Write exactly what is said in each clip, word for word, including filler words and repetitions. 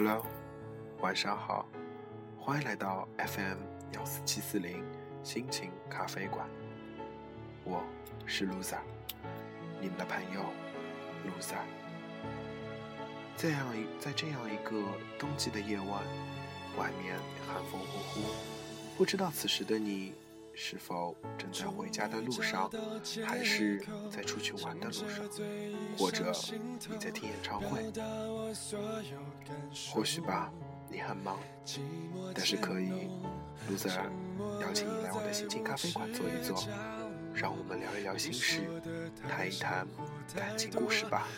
Hello， 晚上好，欢迎来到 F M 一四七四零心情咖啡馆，我是 Lusa， 你们的朋友 Lusa。这样在这样一个冬季的夜晚，外面寒风呼呼，不知道此时的你是否正在回家的路上，还是在出去玩的路上，或者你在听演唱会。或许吧，你很忙，但是可以 Loser 邀请你来我的心情咖啡馆坐一坐，让我们聊一聊心事，谈一谈感情故事吧。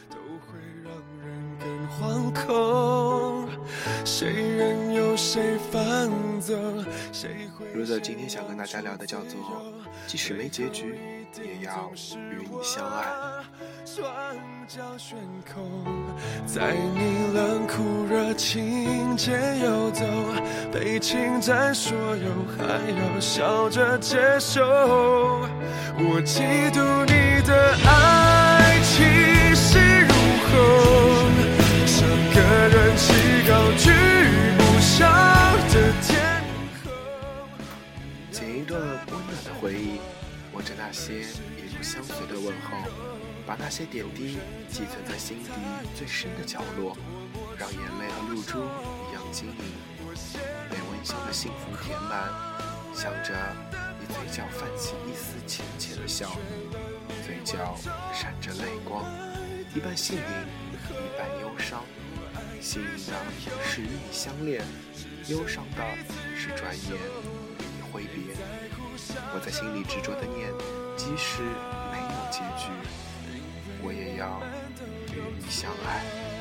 惶恐，谁任由谁放走。Loser 今天想跟大家聊的叫做即使没结局也要与你相爱。双脚悬空，在你冷酷热情间游走，被侵占所有还要笑着接受。我嫉妒你的爱气势如虹，像个人气高居不消的天后。剪一段温暖的回忆，握着那些一如相随的问候，把那些点滴寄存在心底最深的角落，让眼泪和露珠一样晶莹，被温馨的幸福填满。想着你嘴角泛起一丝浅浅的笑，嘴角闪着泪光，一半幸运一半忧伤。幸运的是与你相恋，忧伤的是转眼与你挥别。我在心里执着的念，即使没有结局，我也要与你相爱。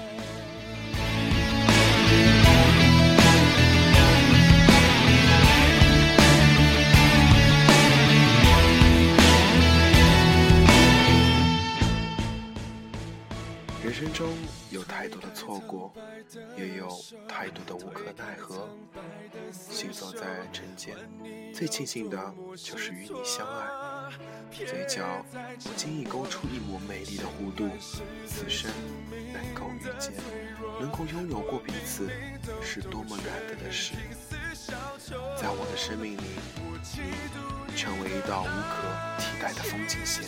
人生中有太多的错过，也有太多的无可奈何。行走在尘间，最庆幸的就是与你相爱。嘴角不经意勾出一抹美丽的弧度，此生能够遇见，能够拥有过彼此，是多么难得的事。在我的生命里，你成为一道无可替代的风景线。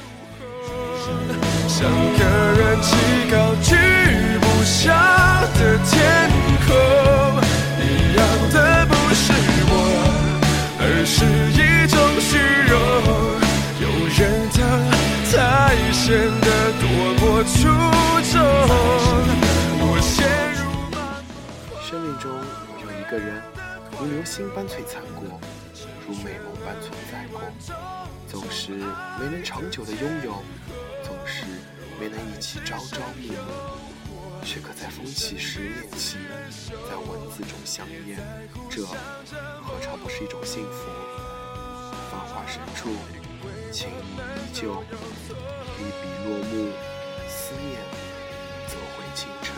像个人气高居不消的天空，一样的不是我，而是一种虚荣。有人的才显得多么出众。我陷入麻木。生命中有一个人，如流星般璀璨过，如美梦般存在过，总是没能长久的拥有，总是没能一起朝朝暮暮，却可在风起时念起，在文字中相验，这何尝不是一种幸福？繁华深处，情谊依旧，一笔落幕，思念走回清晨。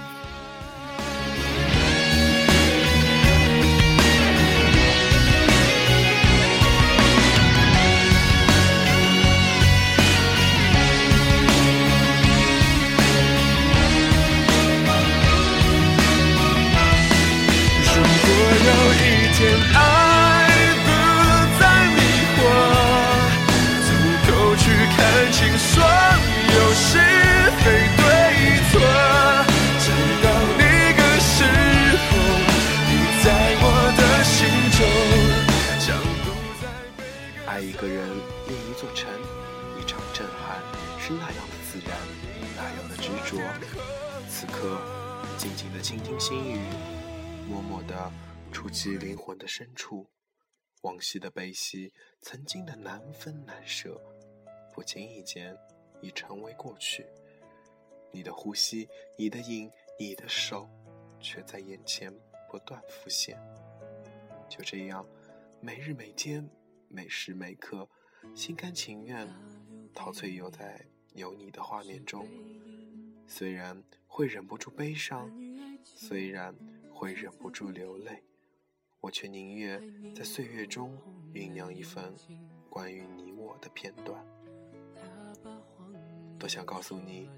爱一个人，恋一座城，一场震撼，是那样的自然，那样的执着。此刻，静静的倾听心语，默默地触及灵魂的深处。往昔的悲喜，曾经的难分难舍，不经意间已成为过去。你的呼吸，你的影，你的手，却在眼前不断浮现。就这样，每日每天，每时每刻，心甘情愿陶醉游在有你的画面中。虽然会忍不住悲伤，虽然会忍不住流泪，我却宁愿在岁月中酝酿一份关于你我的片段。多想告诉你，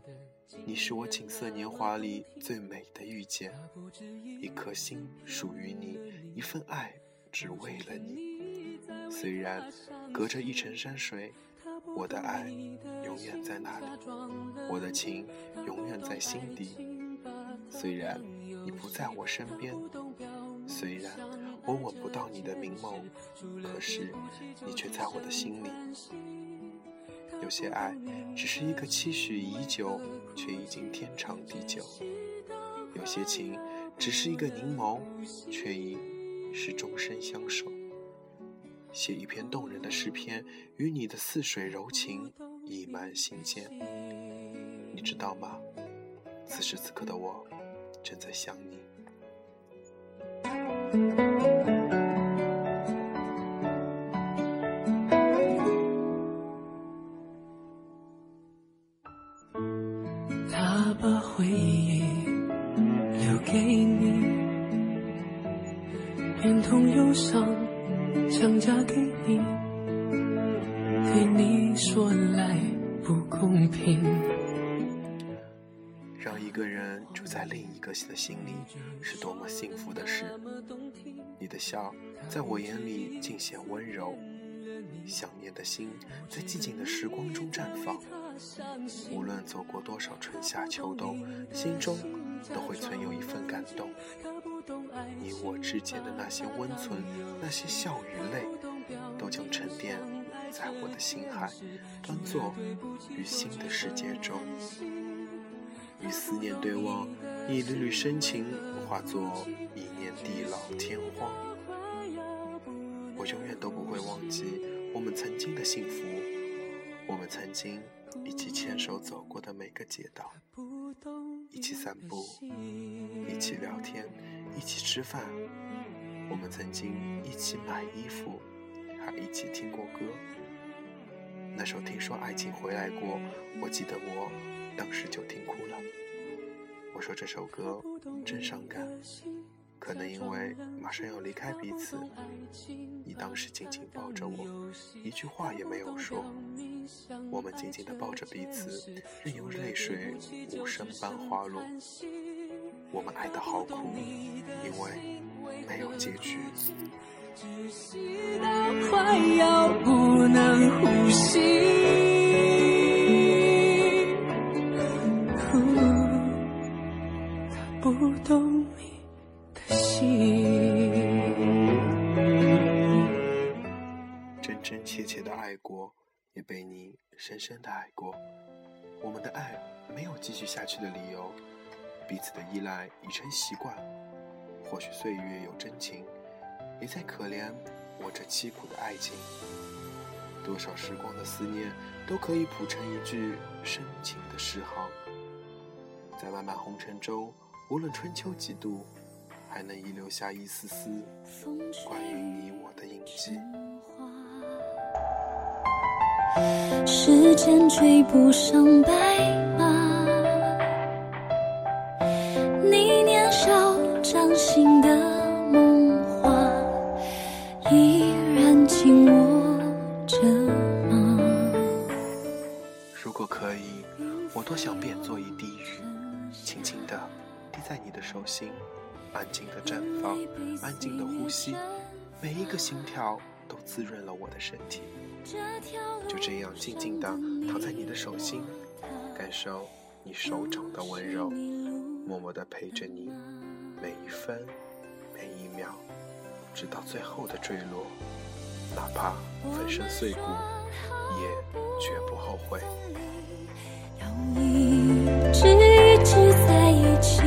你是我锦瑟年华里最美的遇见，一颗心属于你，一份爱只为了你。虽然隔着一程山水，我的爱永远在那里，我的情永远在心底。虽然你不在我身边，虽然我吻不到你的明眸，可是你却在我的心里。有些爱只是一个期许已久，却已经天长地久；有些情只是一个凝眸，却已是终身相守。写一篇动人的诗篇，与你的似水柔情溢满心间。你知道吗？此时此刻的我正在想你。 他把回忆留给你，连同忧伤强加给你，对你说来不公平。 让一个人住在另一个的心里，是多么幸福的事。你的笑在我眼里尽显温柔，想念的心在寂静的时光中绽放。无论走过多少春夏秋冬，心中都会存有一份感动。你我之间的那些温存，那些笑与泪，都将沉淀在我的心海，端坐于新的世界中。与思念对望，一缕缕深情化作一念地老天荒。我永远都不会忘记我们曾经的幸福，我们曾经一起牵手走过的每个街道，一起散步，一起聊天，一起吃饭。我们曾经一起买衣服，还一起听过歌。那首听说爱情回来过，我记得我当时就听哭了。我说这首歌真伤感，可能因为马上要离开彼此。你当时紧紧抱着我，一句话也没有说。我们紧紧地抱着彼此，任由泪水无声般滑落。我们爱得好苦，因为没有结局。 窒息到快要不能呼吸，他不懂你的心。 真真切切的爱过，也被你深深的爱过。我们的爱没有继续下去的理由，彼此的依赖已成习惯。或许岁月有真情，也在可怜我这凄苦的爱情。多少时光的思念都可以谱成一句深情的诗行，在漫漫红尘中，无论春秋几度，还能遗留下一丝丝关于你我的印记。 时间追不上白马，你年少掌心的梦话依然紧握着吗？ 如果可以，我多想变作一滴雨，轻轻地滴在你的手心，安静地绽放，安静地呼吸，每一个心跳都滋润了我的身体。就这样静静地躺在你的手心，感受你手掌的温柔，默默地陪着你每一分每一秒，直到最后的坠落，哪怕粉身碎骨，也绝不后悔。 要一直一直在一起，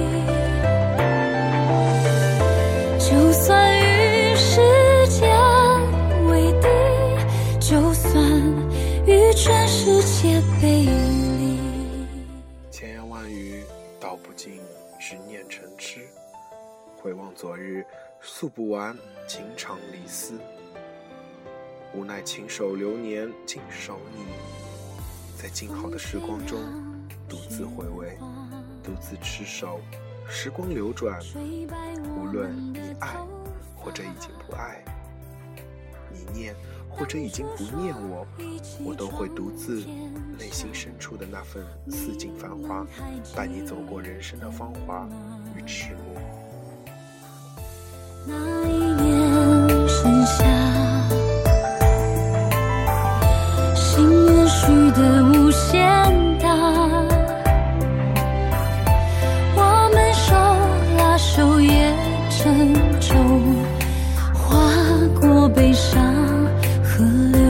就算与时间为敌，就算与全世界背离。 千言万语道不尽执念成痴，回望昨日诉不完情长离丝。无奈情手流年尽守你，在静好的时光中独自回味，独自持守。时光流转，无论你爱或者已经不爱，你念或者已经不念我，我都会独自内心深处的那份似锦繁华，伴你走过人生的芳华与迟暮。 那一年盛夏，心愿许得无限大，我们手拉手也沉重，划过悲伤河流。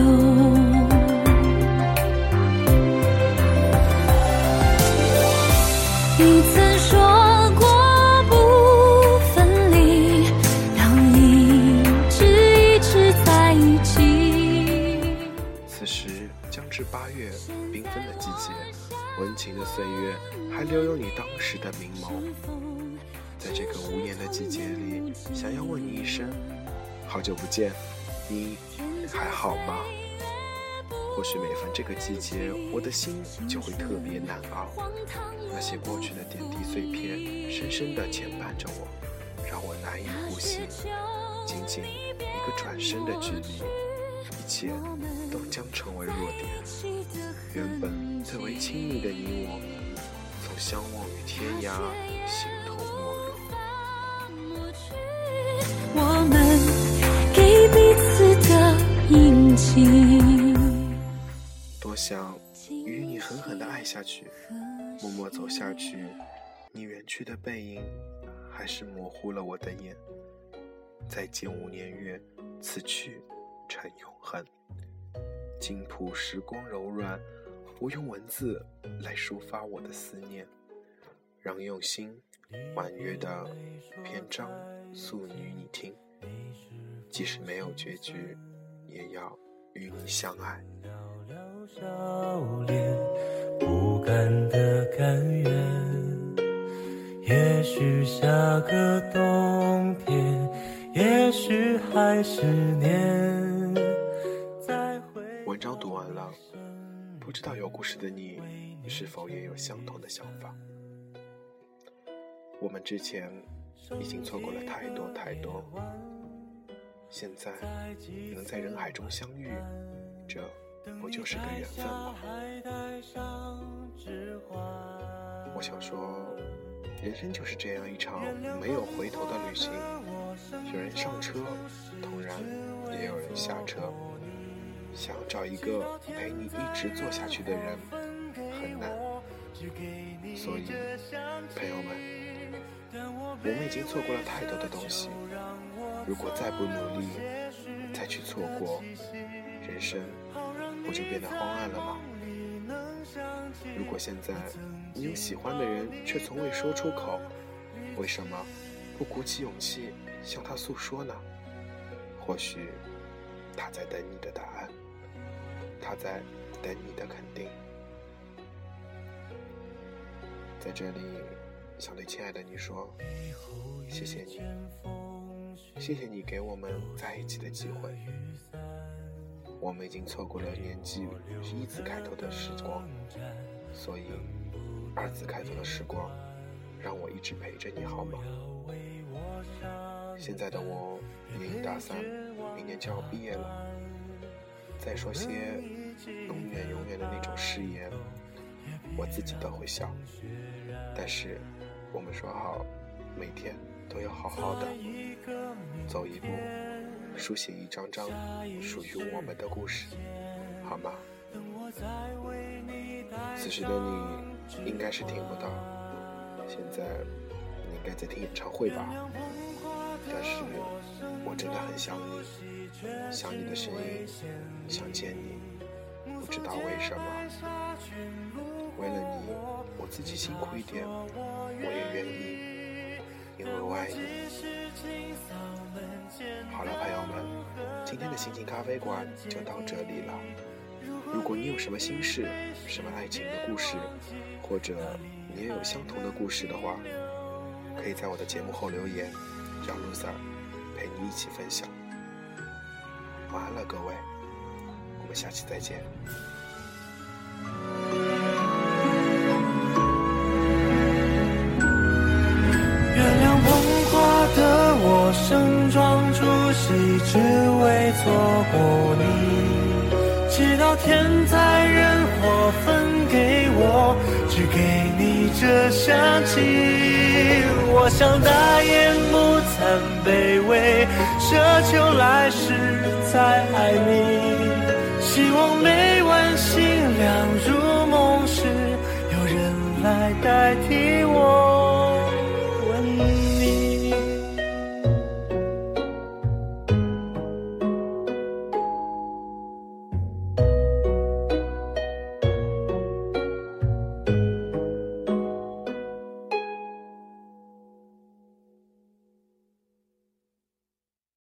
你曾说过不分离，要一直一直在一起。 此时将至八月，缤纷的季节，温情的岁月还留有你当时的明眸。在这个无言的季节里，想要问你一声好久不见，你还好吗？或许每逢这个季节，我的心就会特别难熬。那些过去的点滴碎片，深深地牵绊着我，让我难以呼吸。仅仅一个转身的距离，一切都将成为弱点。原本最为亲密的你我，从相望于天涯，形同陌路。 我们给彼此的印记， 多想与你狠狠地爱下去，默默走下去，你远去的背影还是模糊了我的眼。再见无年月，此去成永恒。经谱时光柔软，我用文字来抒发我的思念，让用心婉约的篇章诉与你听。即使没有结局，也要与你相爱。 笑脸不甘的甘愿，也许下个冬天，也许还是年。 文章读完了，不知道有故事的你是否也有相同的想法。我们之前已经错过了太多太多，现在能在人海中相遇，这不就是个缘分吗？我想说，人生就是这样一场没有回头的旅行，有人上车，同然也有人下车。想找一个陪你一直坐下去的人很难，所以朋友们，我们已经错过了太多的东西，如果再不努力，再去错过，人生不就变得荒暗了吗？如果现在你有喜欢的人却从未说出口，为什么不鼓起勇气向他诉说呢？或许他在等你的答案，他在等你的肯定。在这里想对亲爱的你说，谢谢你，谢谢你给我们在一起的机会。我们已经错过了年纪是一字开头的时光，所以二字开头的时光让我一直陪着你好吗？现在的我也已大三，明年就要毕业了，再说些永远永远的那种誓言，我自己都会笑。但是我们说好，每天都要好好的走一步，书写一张张属于我们的故事，好吗？此时的你应该是听不到，现在你应该在听演唱会吧？但是我真的很想你，想你的声音，想见你，不知道为什么。为了你，我自己辛苦一点，我也愿意，因为我爱你。好了，朋友们，今天的心情咖啡馆就到这里了。如果你有什么心事，什么爱情的故事，或者你也有相同的故事的话，可以在我的节目后留言，让露萨陪你一起分享。晚安了，各位，我们下期再见。 原谅梦话的我生装出席，只为错过你，直到天灾人祸分给我，只给你这香气。我想大言不惭卑微，奢求来世再爱你，希望每晚星亮入梦时，有人来代替我。